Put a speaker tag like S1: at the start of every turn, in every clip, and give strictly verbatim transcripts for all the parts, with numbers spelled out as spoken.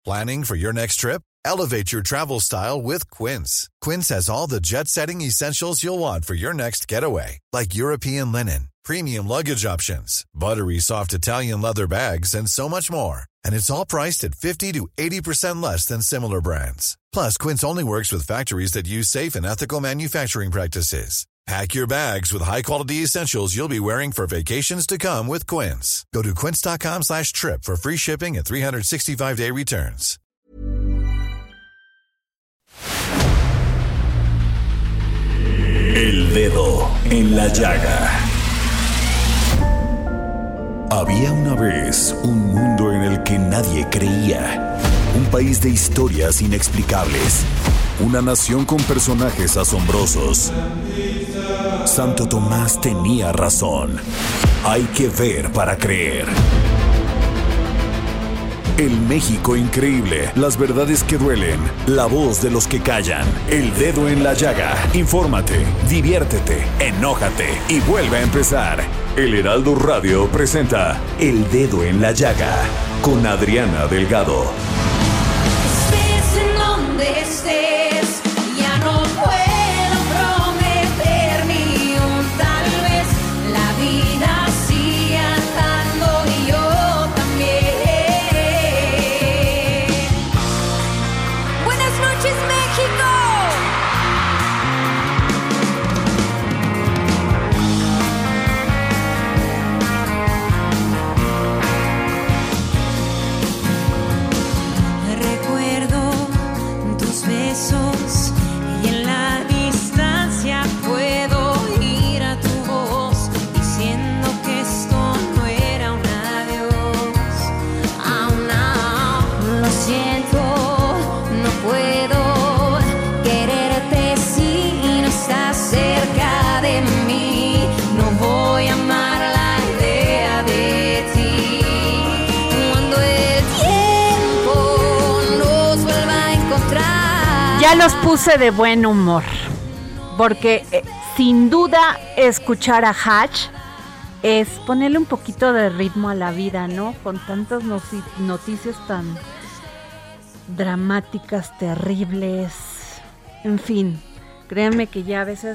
S1: Planning for your next trip? Elevate your travel style with Quince. Quince has all the jet-setting essentials you'll want for your next getaway, like European linen, premium luggage options, buttery soft Italian leather bags, and so much more. And it's all priced at fifty to eighty percent less than similar brands. Plus, Quince only works with factories that use safe and ethical manufacturing practices. Pack your bags with high-quality essentials you'll be wearing for vacations to come with Quince. Go to quince.com slash trip for free shipping and three sixty-five day returns.
S2: El dedo en la llaga. Había una vez un mundo en el que nadie creía. Un país de historias inexplicables. Una nación con personajes asombrosos. Santo Tomás tenía razón. Hay que ver para creer. El México increíble, las verdades que duelen, la voz de los que callan, el dedo en la llaga. Infórmate, diviértete, enójate y vuelve a empezar. El Heraldo Radio presenta El Dedo en la Llaga con Adriana Delgado.
S3: Estés en donde estés, ya no puedo prometer ni un tal vez. La vida sigue andando y yo también. Buenas noches, México. Recuerdo tus besos y en la distancia puedo oír a tu voz diciendo que esto no era un adiós. Aún no, lo siento, no puedo quererte si no estás cerca de mí. No voy a amar la idea de ti. Cuando el tiempo nos vuelva a encontrar.
S4: Ya los puse de buen humor, porque eh, sin duda escuchar a Hatch es ponerle un poquito de ritmo a la vida, ¿no? Con tantas noci- noticias tan dramáticas, terribles, en fin, créanme que ya a veces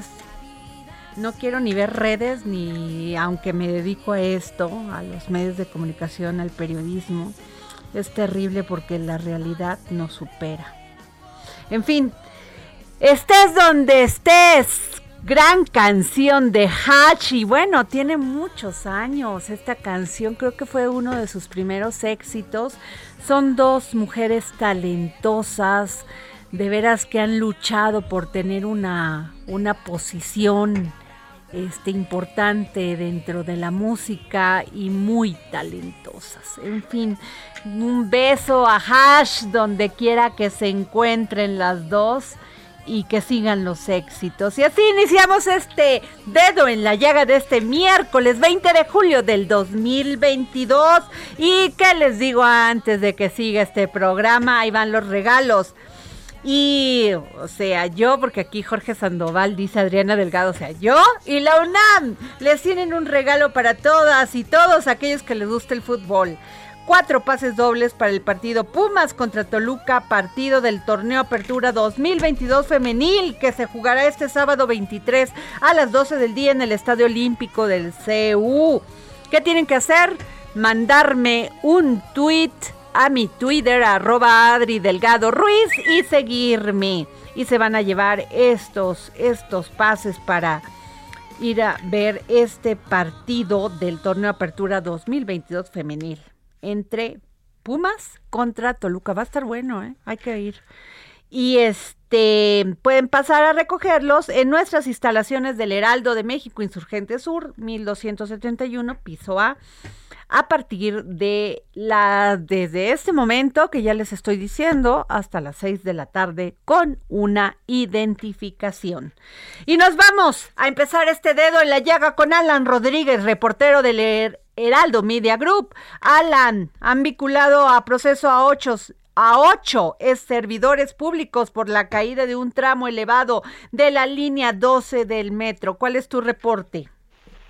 S4: no quiero ni ver redes, ni aunque me dedico a esto, a los medios de comunicación, al periodismo, es terrible porque la realidad nos supera. En fin, estés donde estés, gran canción de Hatch, y bueno, tiene muchos años esta canción, creo que fue uno de sus primeros éxitos. Son dos mujeres talentosas, de veras que han luchado por tener una, una posición este, importante dentro de la música y muy talentosas. En fin, un beso a Hatch donde quiera que se encuentren las dos y que sigan los éxitos. Y así iniciamos este dedo en la llaga de este miércoles veinte de julio del dos mil veintidós. ¿Y qué les digo antes de que siga este programa? Ahí van los regalos. Y, o sea, yo, porque aquí Jorge Sandoval dice Adriana Delgado, o sea, yo y la UNAM les tienen un regalo para todas y todos aquellos que les guste el fútbol. Cuatro pases dobles para el partido Pumas contra Toluca, partido del torneo Apertura dos mil veintidós femenil, que se jugará este sábado veintitrés a las doce del día en el Estadio Olímpico del C U. ¿Qué tienen que hacer? Mandarme un tweet a mi Twitter, arroba Adri Delgado Ruiz, y seguirme. Y se van a llevar estos, estos pases para ir a ver este partido del torneo Apertura dos mil veintidós femenil entre Pumas contra Toluca. Va a estar bueno, ¿eh? Hay que ir. Y este pueden pasar a recogerlos en nuestras instalaciones del Heraldo de México, Insurgente Sur, mil doscientos setenta y uno, piso A, a partir de la, desde este momento que ya les estoy diciendo, hasta las seis de la tarde, con una identificación. Y nos vamos a empezar este dedo en la llaga con Alan Rodríguez, reportero del Her- Heraldo Media Group. Alan, han vinculado a proceso a ocho, a ocho ex servidores públicos por la caída de un tramo elevado de la línea doce del metro. ¿Cuál es tu reporte?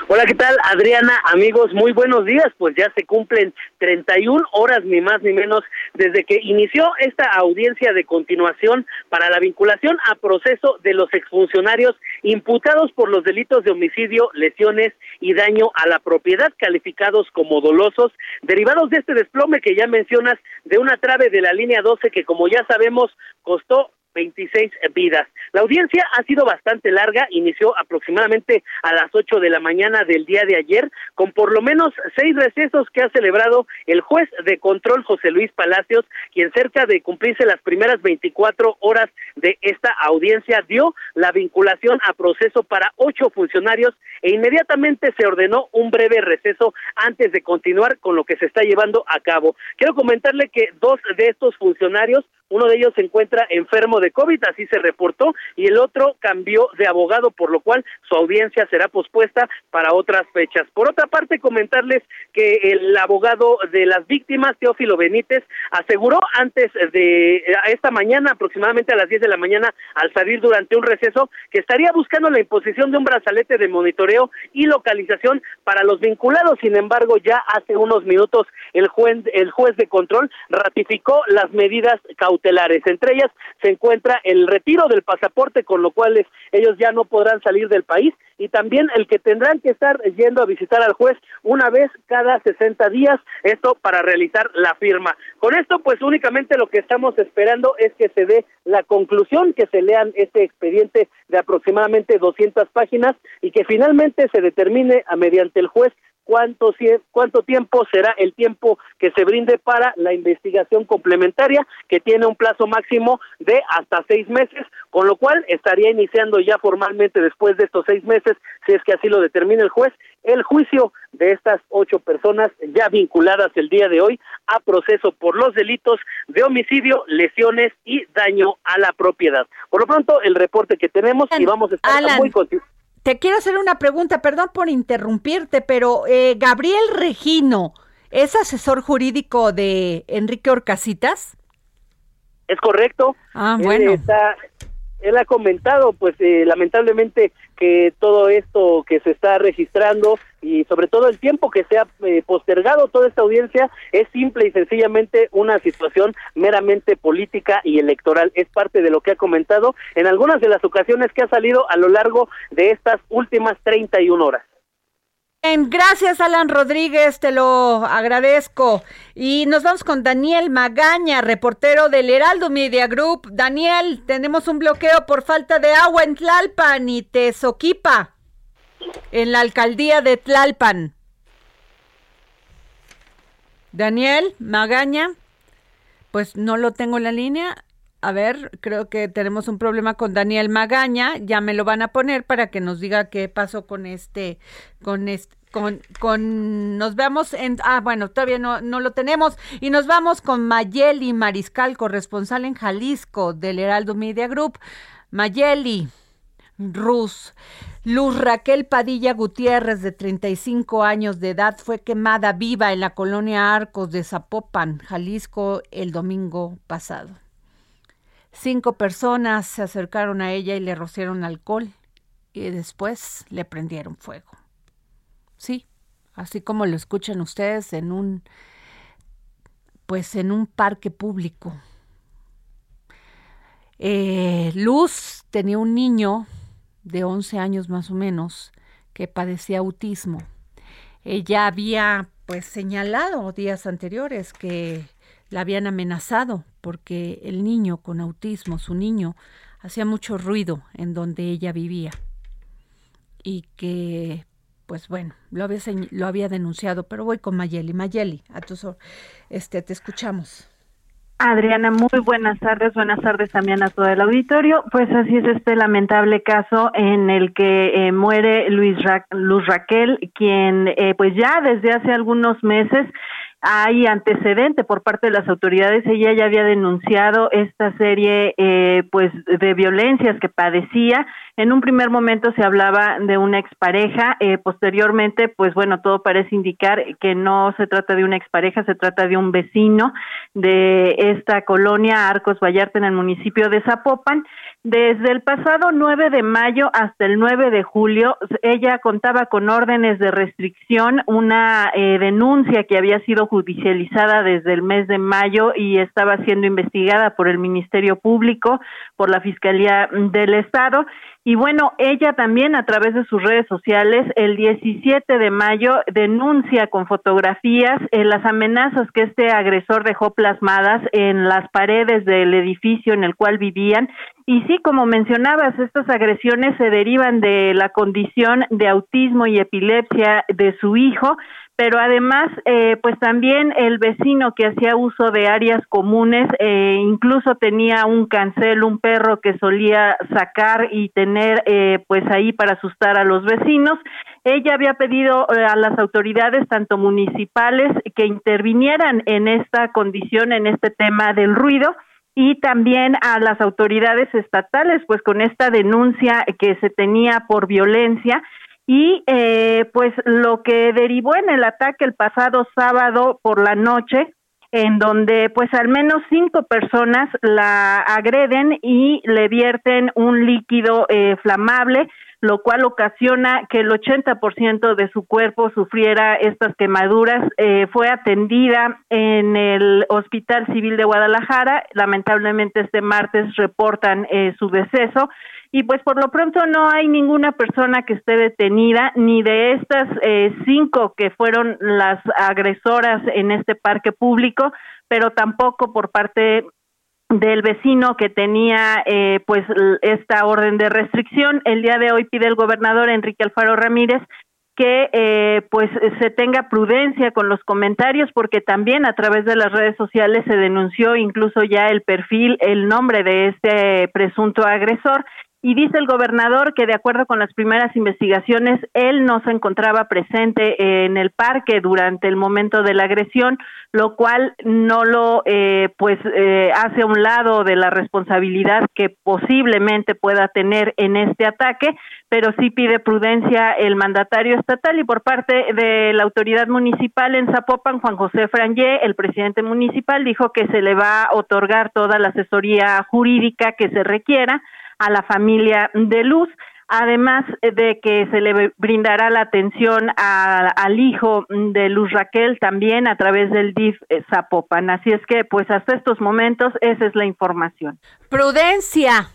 S5: Hola, ¿qué tal, Adriana? Amigos, muy buenos días. Pues ya se cumplen treinta y una horas, ni más ni menos, desde que inició esta audiencia de continuación para la vinculación a proceso de los exfuncionarios imputados por los delitos de homicidio, lesiones y daño a la propiedad, calificados como dolosos, derivados de este desplome que ya mencionas, de una trave de la línea doce que, como ya sabemos, costó veintiséis vidas. La audiencia ha sido bastante larga, inició aproximadamente a las ocho de la mañana del día de ayer, con por lo menos seis recesos que ha celebrado el juez de control José Luis Palacios, quien cerca de cumplirse las primeras veinticuatro horas de esta audiencia dio la vinculación a proceso para ocho funcionarios e inmediatamente se ordenó un breve receso antes de continuar con lo que se está llevando a cabo. Quiero comentarle que dos de estos funcionarios, uno de ellos se encuentra enfermo de COVID, así se reportó, y el otro cambió de abogado, por lo cual su audiencia será pospuesta para otras fechas. Por otra parte, comentarles que el abogado de las víctimas, Teófilo Benítez, aseguró antes de esta mañana, aproximadamente a las diez de la mañana, al salir durante un receso, que estaría buscando la imposición de un brazalete de monitoreo y localización para los vinculados. Sin embargo, ya hace unos minutos el juez, el juez de control ratificó las medidas cautelares. Entre ellas se encuentra el retiro del pasaporte, con lo cual ellos ya no podrán salir del país, y también el que tendrán que estar yendo a visitar al juez una vez cada sesenta días, esto para realizar la firma. Con esto, pues únicamente lo que estamos esperando es que se dé la conclusión, que se lean este expediente de aproximadamente doscientas páginas y que finalmente se determine a mediante el juez cuánto, cuánto tiempo será el tiempo que se brinde para la investigación complementaria, que tiene un plazo máximo de hasta seis meses, con lo cual estaría iniciando ya formalmente después de estos seis meses, si es que así lo determina el juez, el juicio de estas ocho personas ya vinculadas el día de hoy a proceso por los delitos de homicidio, lesiones y daño a la propiedad. Por lo pronto, el reporte que tenemos, y vamos a estar
S4: Alan,
S5: muy contentos.
S4: Te quiero hacer una pregunta, perdón por interrumpirte, pero eh, Gabriel Regino, ¿es asesor jurídico de Enrique Horcasitas?
S5: Es correcto.
S4: Ah,
S5: él
S4: bueno.
S5: Está, él ha comentado, pues, eh, lamentablemente, que todo esto que se está registrando y sobre todo el tiempo que se ha eh, postergado toda esta audiencia es simple y sencillamente una situación meramente política y electoral. Es parte de lo que ha comentado en algunas de las ocasiones que ha salido a lo largo de estas últimas treinta y una horas.
S4: Bien, gracias, Alan Rodríguez, te lo agradezco. Y nos vamos con Daniel Magaña, reportero del Heraldo Media Group. Daniel, tenemos un bloqueo por falta de agua en Tlalpan y Tezoquipa, en la alcaldía de Tlalpan. Daniel Magaña, pues no lo tengo en la línea. A ver, creo que tenemos un problema con Daniel Magaña, ya me lo van a poner para que nos diga qué pasó con este, con este, con, con, nos vemos en, ah, bueno, todavía no, no lo tenemos, y nos vamos con Mayeli Mariscal, corresponsal en Jalisco del Heraldo Media Group. Mayeli, Rus, Luz Raquel Padilla Gutiérrez, de treinta y cinco años de edad, fue quemada viva en la colonia Arcos de Zapopan, Jalisco, el domingo pasado. Cinco personas se acercaron a ella y le rociaron alcohol y después le prendieron fuego. Sí, así como lo escuchan ustedes, en un, pues en un parque público. Eh, Luz tenía un niño de once años más o menos que padecía autismo. Ella había pues señalado días anteriores que la habían amenazado porque el niño con autismo, su niño, hacía mucho ruido en donde ella vivía y que, pues bueno, lo había, lo había denunciado. Pero voy con Mayeli. Mayeli, a tus, este, te escuchamos.
S6: Adriana, muy buenas tardes, buenas tardes también a todo el auditorio. Pues así es este lamentable caso en el que eh, muere Luis Ra- Luz Raquel, quien eh, pues ya desde hace algunos meses hay antecedente por parte de las autoridades. Ella ya había denunciado esta serie eh, pues de violencias que padecía. En un primer momento se hablaba de una expareja, eh, posteriormente pues bueno, todo parece indicar que no se trata de una expareja, se trata de un vecino de esta colonia Arcos Vallarta en el municipio de Zapopan. Desde el pasado nueve de mayo hasta el nueve de julio, ella contaba con órdenes de restricción, una eh, denuncia que había sido judicializada desde el mes de mayo y estaba siendo investigada por el Ministerio Público, por la Fiscalía del Estado. Y bueno, ella también a través de sus redes sociales, el diecisiete de mayo, denuncia con fotografías eh, las amenazas que este agresor dejó plasmadas en las paredes del edificio en el cual vivían. Y sí, como mencionabas, estas agresiones se derivan de la condición de autismo y epilepsia de su hijo, pero además, eh, pues también el vecino que hacía uso de áreas comunes, eh, incluso tenía un cancel, un perro que solía sacar y tener eh, pues ahí para asustar a los vecinos. Ella había pedido eh, a las autoridades, tanto municipales, que intervinieran en esta condición, en este tema del ruido, y también a las autoridades estatales, pues con esta denuncia que se tenía por violencia. Y eh, pues lo que derivó en el ataque el pasado sábado por la noche, en donde pues al menos cinco personas la agreden y le vierten un líquido eh, flamable, lo cual ocasiona que el ochenta por ciento de su cuerpo sufriera estas quemaduras. Eh, fue atendida en el Hospital Civil de Guadalajara. Lamentablemente este martes reportan eh, su deceso. Y pues por lo pronto no hay ninguna persona que esté detenida, ni de estas eh, cinco que fueron las agresoras en este parque público, pero tampoco por parte del vecino que tenía eh, pues esta orden de restricción. El día de hoy pide el gobernador Enrique Alfaro Ramírez que eh, pues se tenga prudencia con los comentarios, porque también a través de las redes sociales se denunció incluso ya el perfil, el nombre de este presunto agresor. Y dice el gobernador que de acuerdo con las primeras investigaciones, él no se encontraba presente en el parque durante el momento de la agresión, lo cual no lo eh, pues eh, hace a un lado de la responsabilidad que posiblemente pueda tener en este ataque, pero sí pide prudencia el mandatario estatal. Y por parte de la autoridad municipal en Zapopan, Juan José Frangé, el presidente municipal, dijo que se le va a otorgar toda la asesoría jurídica que se requiera a la familia de Luz, además de que se le brindará la atención a, al hijo de Luz Raquel también a través del D I F Zapopan. Así es que, pues hasta estos momentos, esa es la información.
S4: Prudencia.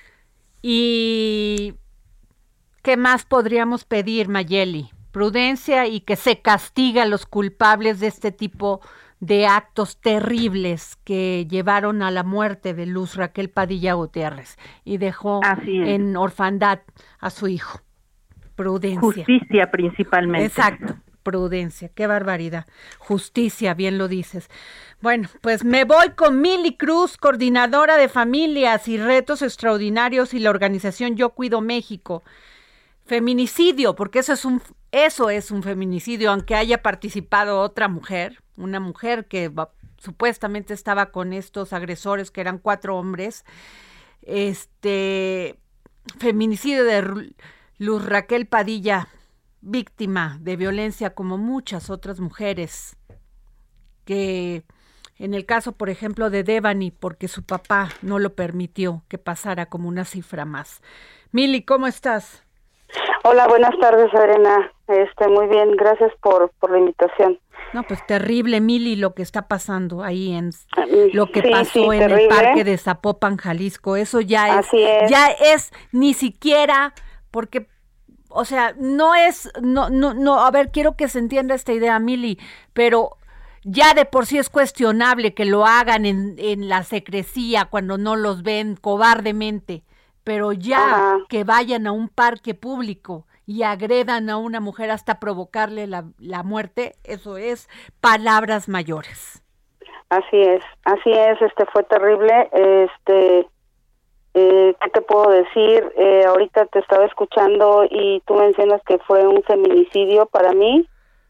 S4: ¿Y qué más podríamos pedir, Mayeli? Prudencia y que se castigue a los culpables de este tipo de actos terribles que llevaron a la muerte de Luz Raquel Padilla Gutiérrez y dejó en orfandad a su hijo. Prudencia.
S6: Justicia principalmente.
S4: Exacto, prudencia, qué barbaridad. Justicia, bien lo dices. Bueno, pues me voy con Mili Cruz, coordinadora de familias y retos extraordinarios y la organización Yo Cuido México. Feminicidio, porque eso es un eso es un feminicidio, aunque haya participado otra mujer, una mujer que va, supuestamente estaba con estos agresores que eran cuatro hombres. Este feminicidio de Luz Raquel Padilla, víctima de violencia como muchas otras mujeres, que en el caso, por ejemplo, de Devani, porque su papá no lo permitió que pasara como una cifra más. Mili, ¿cómo estás?
S7: Hola, buenas tardes, Adriana. Este, muy bien, gracias por, por la invitación.
S4: No, pues terrible, Mili, lo que está pasando ahí en lo que
S7: sí,
S4: pasó
S7: sí,
S4: en
S7: terrible.
S4: el parque de Zapopan, Jalisco. Eso ya es,
S7: Así es,
S4: ya es ni siquiera porque, o sea, no es, no, no, no. A ver, quiero que se entienda esta idea, Mili, pero ya de por sí es cuestionable que lo hagan en, en la secrecía cuando no los ven cobardemente. Pero ya Ajá. que vayan a un parque público y agredan a una mujer hasta provocarle la, la muerte, eso es palabras mayores.
S7: Así es, así es, este fue terrible. Este, eh, ¿qué te puedo decir? Eh, ahorita te estaba escuchando y tú mencionas que fue un feminicidio para mí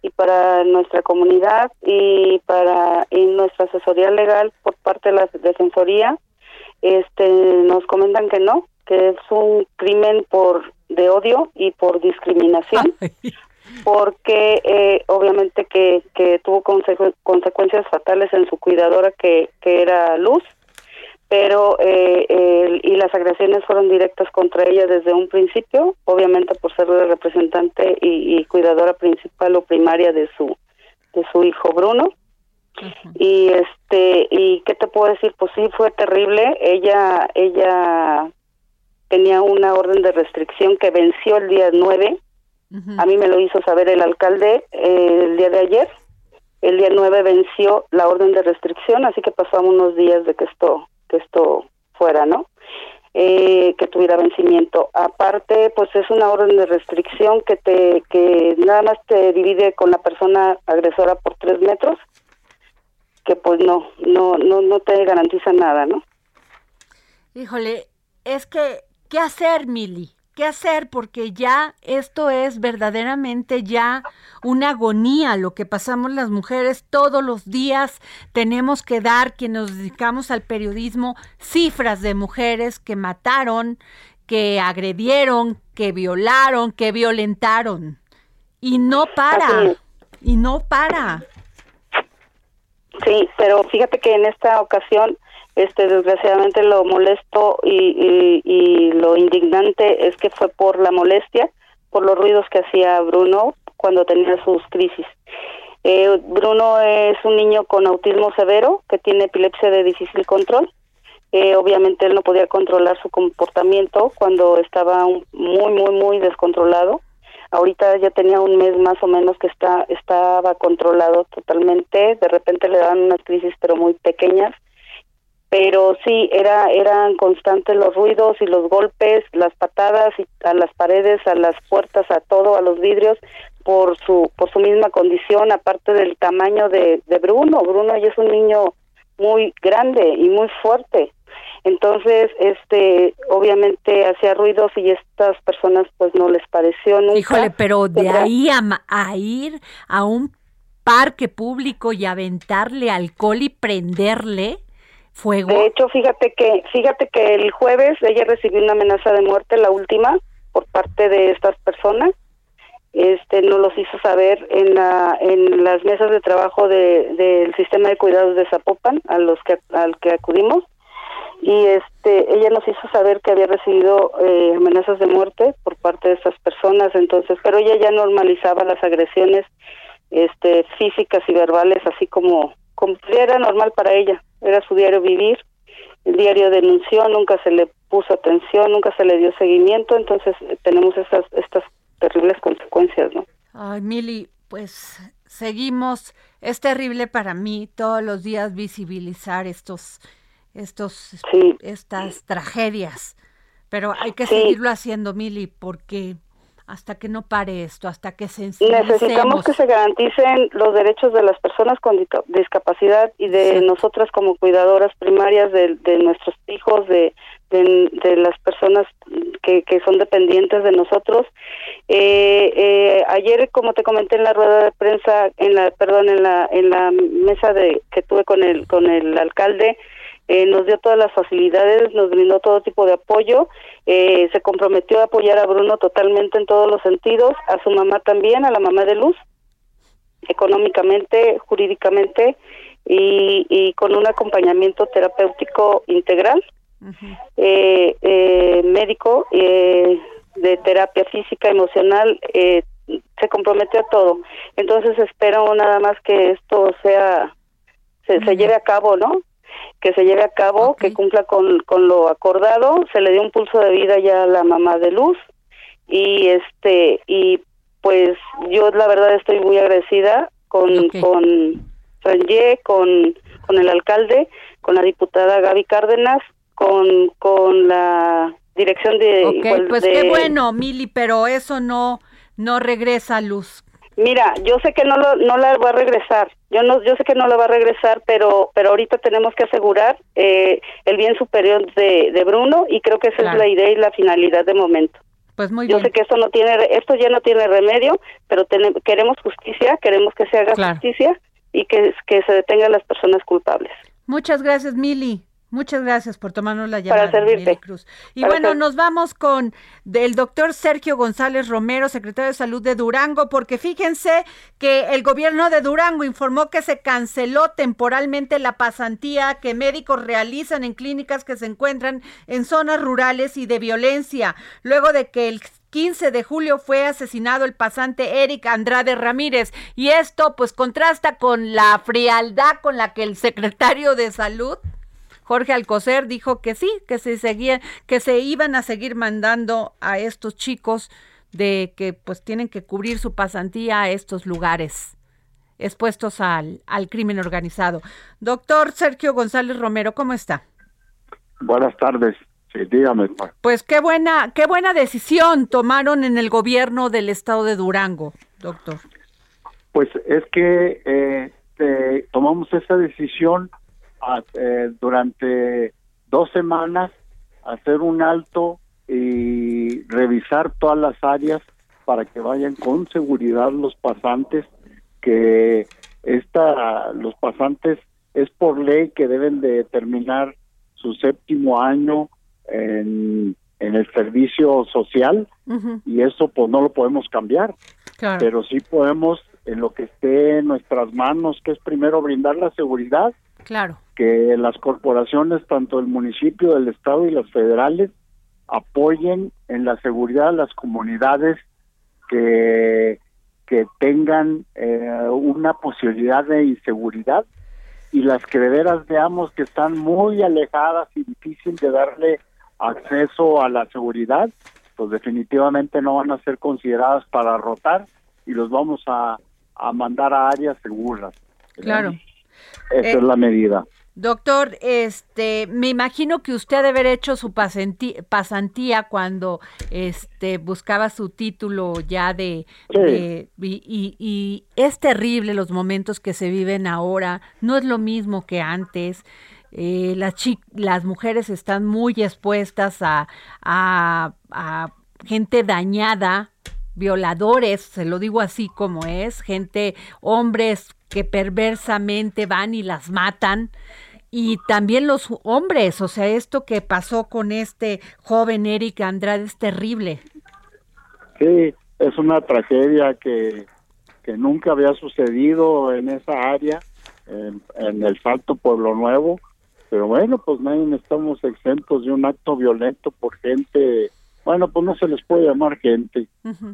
S7: y para nuestra comunidad y para y nuestra asesoría legal por parte de la Defensoría, este, nos comentan que no, que es un crimen por de odio y por discriminación, porque eh, obviamente que, que tuvo conse- consecuencias fatales en su cuidadora que, que era Luz, pero eh, el, y las agresiones fueron directas contra ella desde un principio, obviamente por ser la representante y, y cuidadora principal o primaria de su de su hijo Bruno. Uh-huh. Y este y qué te puedo decir, pues sí fue terrible. Ella ella tenía una orden de restricción que venció el día nueve. Uh-huh. A mí me lo hizo saber el alcalde eh, el día de ayer. El día nueve venció la orden de restricción, así que pasamos unos días de que esto que esto fuera, ¿no? Eh, que tuviera vencimiento. Aparte, pues es una orden de restricción que te que nada más te divide con la persona agresora por tres metros, que pues no, no, no, no te garantiza nada, ¿no?
S4: Híjole, es que, ¿qué hacer, Mili? ¿Qué hacer? Porque ya esto es verdaderamente ya una agonía, lo que pasamos las mujeres todos los días. Tenemos que dar, quienes nos dedicamos al periodismo, cifras de mujeres que mataron, que agredieron, que violaron, que violentaron. Y no para, y no para.
S7: Sí, pero fíjate que en esta ocasión, este, desgraciadamente lo molesto y, y, y lo indignante es que fue por la molestia, por los ruidos que hacía Bruno cuando tenía sus crisis. Eh, Bruno es un niño con autismo severo que tiene epilepsia de difícil control. Eh, obviamente él no podía controlar su comportamiento cuando estaba un, muy, muy, muy descontrolado. Ahorita ya tenía un mes más o menos que está estaba controlado totalmente. De repente le daban unas crisis pero muy pequeñas. Pero sí, era eran constantes los ruidos y los golpes, las patadas y a las paredes, a las puertas, a todo, a los vidrios, por su por su misma condición, aparte del tamaño de, de Bruno. Bruno ya es un niño muy grande y muy fuerte. Entonces, este, obviamente hacía ruidos y estas personas pues no les pareció nunca.
S4: Híjole, pero de ahí a, a ir a un parque público y aventarle alcohol y prenderle fuego.
S7: De hecho, fíjate que fíjate que el jueves ella recibió una amenaza de muerte, la última, por parte de estas personas. Este, nos los hizo saber en la en las mesas de trabajo de del sistema de cuidados de Zapopan, a los que al que acudimos, y este ella nos hizo saber que había recibido eh, amenazas de muerte por parte de estas personas. Entonces, pero ella ya normalizaba las agresiones este físicas y verbales, así como como era normal para ella. Era su diario vivir, el diario denunció, nunca se le puso atención, nunca se le dio seguimiento. Entonces eh, tenemos estas estas terribles consecuencias, ¿no?
S4: Ay, Mili, pues seguimos. Es terrible para mí todos los días visibilizar estos, estos, sí. estas tragedias, pero hay que sí. seguirlo haciendo, Mili, porque hasta que no pare esto, hasta que sensibilicemos.
S7: Necesitamos que se garanticen los derechos de las personas con discapacidad y de sí. nosotras como cuidadoras primarias de, de nuestros hijos, de, de, de las personas que, que son dependientes de nosotros. Eh, eh, ayer, como te comenté en la rueda de prensa, en la, perdón, en la, en la mesa de que tuve con el, con el alcalde, Eh, nos dio todas las facilidades, nos brindó todo tipo de apoyo, eh, se comprometió a apoyar a Bruno totalmente en todos los sentidos, a su mamá también, a la mamá de Luz, económicamente, jurídicamente y, y con un acompañamiento terapéutico integral, uh-huh. eh, eh, médico, eh, de terapia física, emocional, eh, se comprometió a todo. Entonces espero nada más que esto sea, se, uh-huh. se lleve a cabo, ¿no? que se lleve a cabo, okay. que cumpla con, con lo acordado. Se le dio un pulso de vida ya a la mamá de Luz y este y pues yo la verdad estoy muy agradecida con okay. con Frangé, con con el alcalde, con la diputada Gaby Cárdenas, con con la dirección de
S4: okay, igual, pues
S7: de,
S4: qué bueno, Mili, pero eso no no regresa a Luz.
S7: Mira, yo sé que no lo, no la va a regresar, yo no, yo sé que no la va a regresar, pero, pero ahorita tenemos que asegurar eh, el bien superior de, de Bruno y creo que esa claro. es la idea y la finalidad de momento.
S4: Pues muy
S7: Yo
S4: bien.
S7: sé que esto no tiene, esto ya no tiene remedio, pero ten, queremos justicia, queremos que se haga claro. justicia y que, que se detengan las personas culpables.
S4: Muchas gracias, Mili. Muchas gracias por tomarnos la llamada.
S7: Para servirte.
S4: Mili Cruz. Y
S7: Para
S4: bueno,
S7: ser...
S4: nos vamos con el doctor Sergio González Romero, secretario de Salud de Durango, porque fíjense que el gobierno de Durango informó que se canceló temporalmente la pasantía que médicos realizan en clínicas que se encuentran en zonas rurales y de violencia, luego de que el quince de julio fue asesinado el pasante Eric Andrade Ramírez, y esto pues contrasta con la frialdad con la que el secretario de Salud Jorge Alcocer dijo que sí, que se seguía, que se iban a seguir mandando a estos chicos de que pues tienen que cubrir su pasantía a estos lugares expuestos al, al crimen organizado. Doctor Sergio González Romero, ¿cómo está?
S8: Buenas tardes. Sí, dígame.
S4: Pues qué buena, qué buena decisión tomaron en el gobierno del estado de Durango, doctor.
S8: Pues es que eh, eh, tomamos esa decisión Eh, durante dos semanas, hacer un alto y revisar todas las áreas para que vayan con seguridad los pasantes, que esta, los pasantes es por ley que deben de terminar su séptimo año en, en el servicio social, uh-huh. y eso pues no lo podemos cambiar, claro. Pero sí podemos, en lo que esté en nuestras manos, que es primero brindar la seguridad.
S4: Claro.
S8: Que las corporaciones, tanto el municipio, del estado y las federales, apoyen en la seguridad a las comunidades que, que tengan eh, una posibilidad de inseguridad, y las que de veras veamos que están muy alejadas y difícil de darle acceso a la seguridad, pues definitivamente no van a ser consideradas para rotar y los vamos a, a mandar a áreas seguras.
S4: Claro.
S8: Esa
S4: eh,
S8: es la medida.
S4: Doctor, este, me imagino que usted ha de haber hecho su pasantía, pasantía cuando este buscaba su título ya de,
S8: sí.
S4: de y, y, y es terrible los momentos que se viven ahora, no es lo mismo que antes. Eh, las chi- las mujeres están muy expuestas a, a, a gente dañada, violadores, se lo digo así como es, gente, hombres que perversamente van y las matan, y también los hombres, o sea, esto que pasó con este joven Eric Andrade es terrible.
S8: Sí, es una tragedia que, que nunca había sucedido en esa área, en, en el Salto Pueblo Nuevo, pero bueno, pues nadie estamos exentos de un acto violento por gente, bueno, pues no se les puede llamar gente, uh-huh.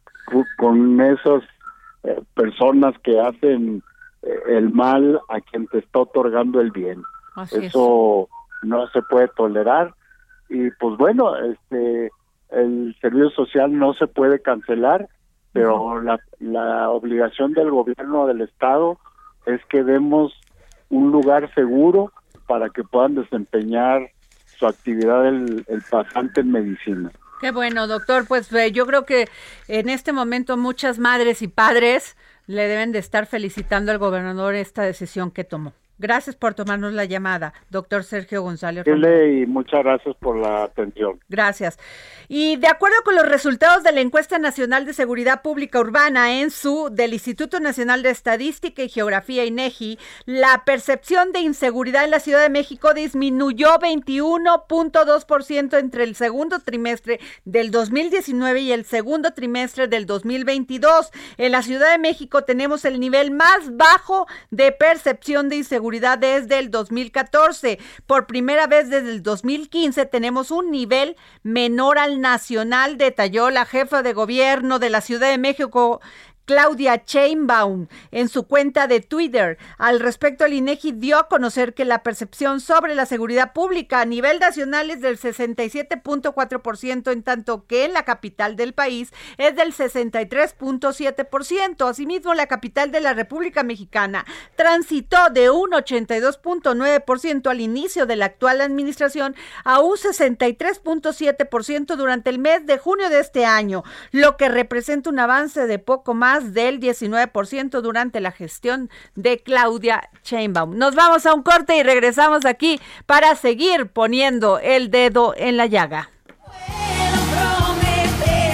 S8: con esas eh, personas que hacen eh, el mal a quien te está otorgando el bien. Así Eso es. No se puede tolerar, y pues bueno, este el servicio social no se puede cancelar, pero uh-huh. la, la obligación del gobierno del estado es que demos un lugar seguro para que puedan desempeñar su actividad el, el pasante en medicina.
S4: Qué bueno, doctor. Pues eh, yo creo que en este momento muchas madres y padres le deben de estar felicitando al gobernador esta decisión que tomó. Gracias por tomarnos la llamada, doctor Sergio González Romero.
S8: Y muchas gracias por la atención.
S4: Gracias. Y de acuerdo con los resultados de la Encuesta Nacional de Seguridad Pública Urbana, ENSU, del Instituto Nacional de Estadística y Geografía, INEGI, la percepción de inseguridad en la Ciudad de México disminuyó veintiuno punto dos por ciento entre el segundo trimestre del dos mil diecinueve y el segundo trimestre del dos mil veintidós. En la Ciudad de México tenemos el nivel más bajo de percepción de inseguridad desde el dos mil catorce. Por primera vez desde el dos mil quince tenemos un nivel menor al nacional, detalló la jefa de gobierno de la Ciudad de México, Claudia Sheinbaum, en su cuenta de Twitter. Al respecto, el INEGI dio a conocer que la percepción sobre la seguridad pública a nivel nacional es del sesenta y siete punto cuatro por ciento, en tanto que en la capital del país es del sesenta y tres punto siete por ciento. Asimismo, la capital de la República Mexicana transitó de un ochenta y dos punto nueve por ciento al inicio de la actual administración a un sesenta y tres punto siete por ciento durante el mes de junio de este año, lo que representa un avance de poco más del diecinueve por ciento durante la gestión de Claudia Sheinbaum. Nos vamos a un corte y regresamos aquí para seguir poniendo el dedo en la llaga.
S3: Puedo prometer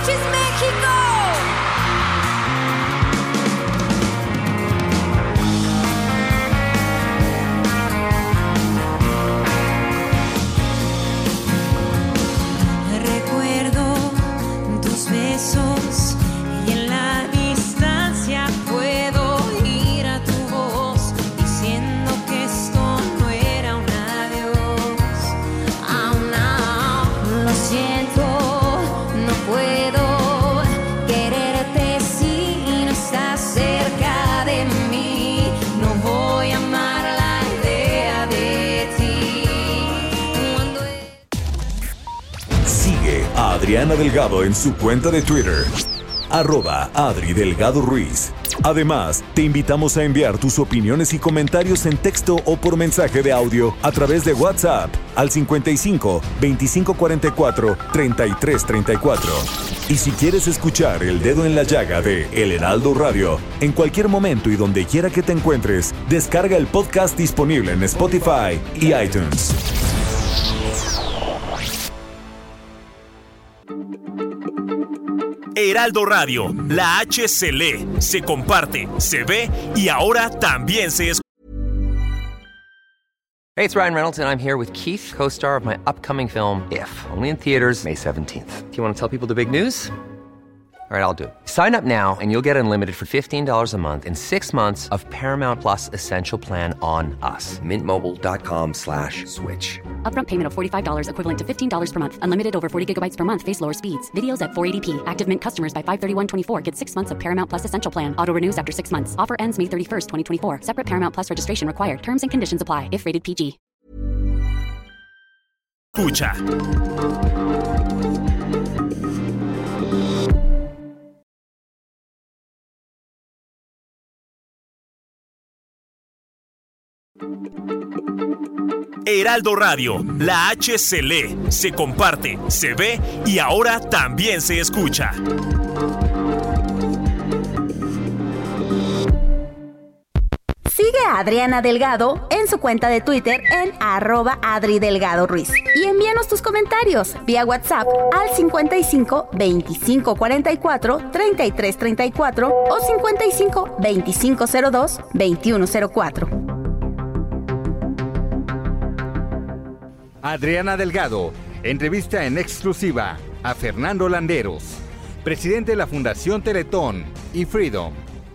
S3: noches, México. Recuerdo tus besos y en la distancia puedo oír a tu voz diciendo que esto no era un adiós. Aún no, lo siento, no puedo quererte si no estás cerca de mí. No voy a amar la idea de ti. Cuando
S2: Sigue a Adriana Delgado en su cuenta de Twitter, arroba Adri Delgado Ruiz. Además, te invitamos a enviar tus opiniones y comentarios en texto o por mensaje de audio a través de WhatsApp al cincuenta y cinco, veinticinco cuarenta y cuatro, treinta y tres treinta y cuatro. Y si quieres escuchar El Dedo en la Llaga de El Heraldo Radio, en cualquier momento y donde quiera que te encuentres, descarga el podcast disponible en Spotify y iTunes.
S9: Heraldo Radio, la H se lee, se comparte, se ve y ahora también se escucha.
S10: Hey, it's Ryan Reynolds, and I'm here with Keith, co-star of my upcoming film, If, only in theaters May seventeenth. Do you want to tell people the big news? All right, I'll do it. Sign up now and you'll get unlimited for fifteen dollars a month and six months of Paramount Plus Essential Plan on us. Mint Mobile dot com slash switch.
S11: Upfront payment of forty-five dollars equivalent to fifteen dollars per month. Unlimited over forty gigabytes per month. Face lower speeds. Videos at four eighty p. Active Mint customers by five thirty-one twenty-four get six months of Paramount Plus Essential Plan. Auto renews after six months. Offer ends May thirty-first, twenty twenty-four. Separate Paramount Plus registration required. Terms and conditions apply if rated P G.
S9: Escucha. Heraldo Radio, la H se lee, se comparte, se ve y ahora también se escucha.
S12: Sigue a Adriana Delgado en su cuenta de Twitter en arroba Adri Delgado Ruiz. Y envíanos tus comentarios vía WhatsApp al cincuenta y cinco, veinticinco cuarenta y cuatro, treinta y tres treinta y cuatro o cincuenta y cinco, veinticinco cero dos, veintiuno cero cuatro.
S13: Adriana Delgado entrevista en exclusiva a Fernando Landeros, presidente de la Fundación Teletón y Freedom.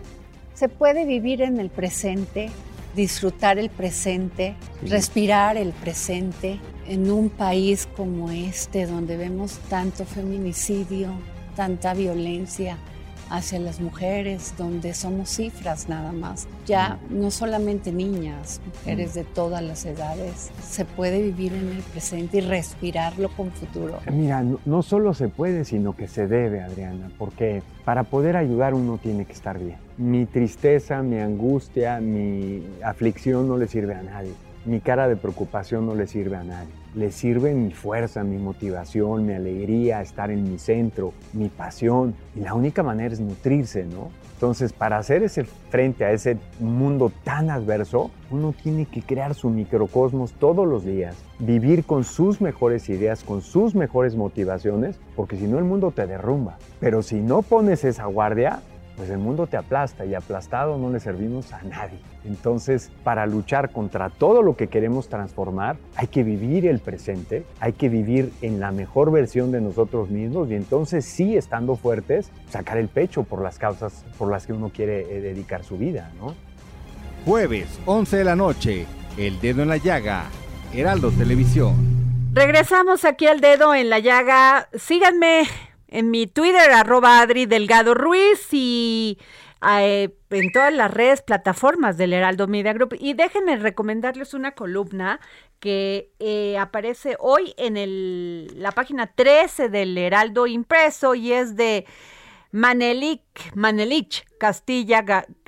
S14: Se puede vivir en el presente, disfrutar el presente, sí. respirar el presente en un país como este donde vemos tanto feminicidio, tanta violencia hacia las mujeres, donde somos cifras nada más. Ya no solamente niñas, mujeres de todas las edades. Se puede vivir en el presente y respirarlo con futuro.
S15: Mira, no, no solo se puede, sino que se debe, Adriana, porque para poder ayudar uno tiene que estar bien. Mi tristeza, mi angustia, mi aflicción no le sirve a nadie. Mi cara de preocupación no le sirve a nadie. Le sirve mi fuerza, mi motivación, mi alegría, estar en mi centro, mi pasión. Y la única manera es nutrirse, ¿no? Entonces, para hacer ese frente a ese mundo tan adverso, uno tiene que crear su microcosmos todos los días, vivir con sus mejores ideas, con sus mejores motivaciones, porque si no el mundo te derrumba. Pero si no pones esa guardia, pues el mundo te aplasta y aplastado no le servimos a nadie. Entonces, para luchar contra todo lo que queremos transformar, hay que vivir el presente, hay que vivir en la mejor versión de nosotros mismos y entonces sí, estando fuertes, sacar el pecho por las causas por las que uno quiere eh, dedicar su vida, ¿no?
S13: Jueves, once de la noche, El Dedo en la Llaga, Heraldo Televisión.
S4: Regresamos aquí al Dedo en la Llaga. Síganme en mi Twitter, arroba Adri Delgado Ruiz y eh, en todas las redes, plataformas del Heraldo Media Group. Y déjenme recomendarles una columna que eh, aparece hoy en el, la página trece del Heraldo Impreso y es de Manelik, Manelich Castilla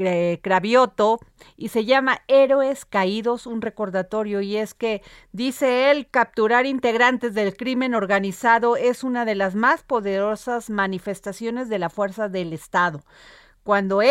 S4: Cravioto y se llama Héroes Caídos, un recordatorio, y es que, dice él, capturar integrantes del crimen organizado es una de las más poderosas manifestaciones de la fuerza del Estado. Cuando él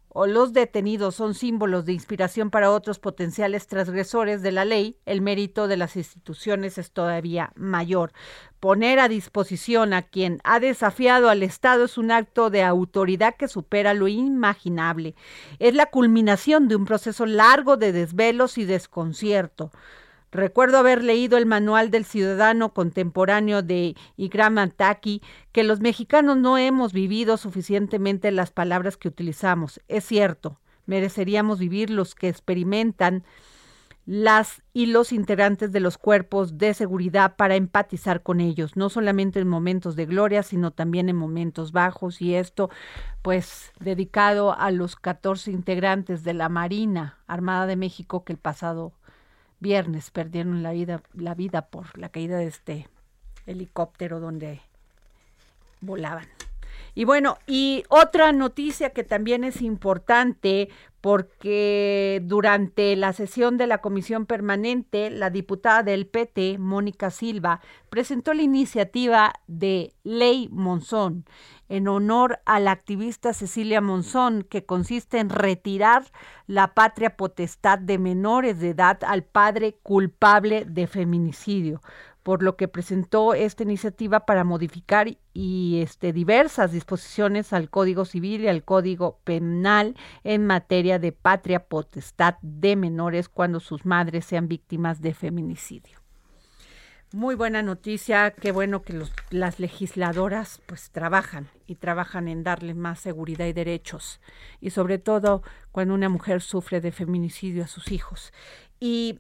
S4: o los detenidos son símbolos de inspiración para otros potenciales transgresores de la ley, el mérito de las instituciones es todavía mayor. Poner a disposición a quien ha desafiado al Estado es un acto de autoridad que supera lo imaginable. Es la culminación de un proceso largo de desvelos y desconcierto. Recuerdo haber leído el Manual del Ciudadano Contemporáneo de Ikram Antaki, que los mexicanos no hemos vivido suficientemente las palabras que utilizamos. Es cierto, mereceríamos vivir los que experimentan las y los integrantes de los cuerpos de seguridad para empatizar con ellos, no solamente en momentos de gloria, sino también en momentos bajos, y esto pues dedicado a los catorce integrantes de la Marina Armada de México que el pasado viernes perdieron la vida, la vida por la caída de este helicóptero donde volaban. Y bueno, y otra noticia que también es importante, porque durante la sesión de la Comisión Permanente, la diputada del P T, Mónica Silva, presentó la iniciativa de Ley Monzón, en honor a la activista Cecilia Monzón, que consiste en retirar la patria potestad de menores de edad al padre culpable de feminicidio, por lo que presentó esta iniciativa para modificar y este, diversas disposiciones al Código Civil y al Código Penal en materia de patria potestad de menores cuando sus madres sean víctimas de feminicidio. Muy buena noticia, qué bueno que los, las legisladoras pues trabajan y trabajan en darle más seguridad y derechos, y sobre todo cuando una mujer sufre de feminicidio a sus hijos. Y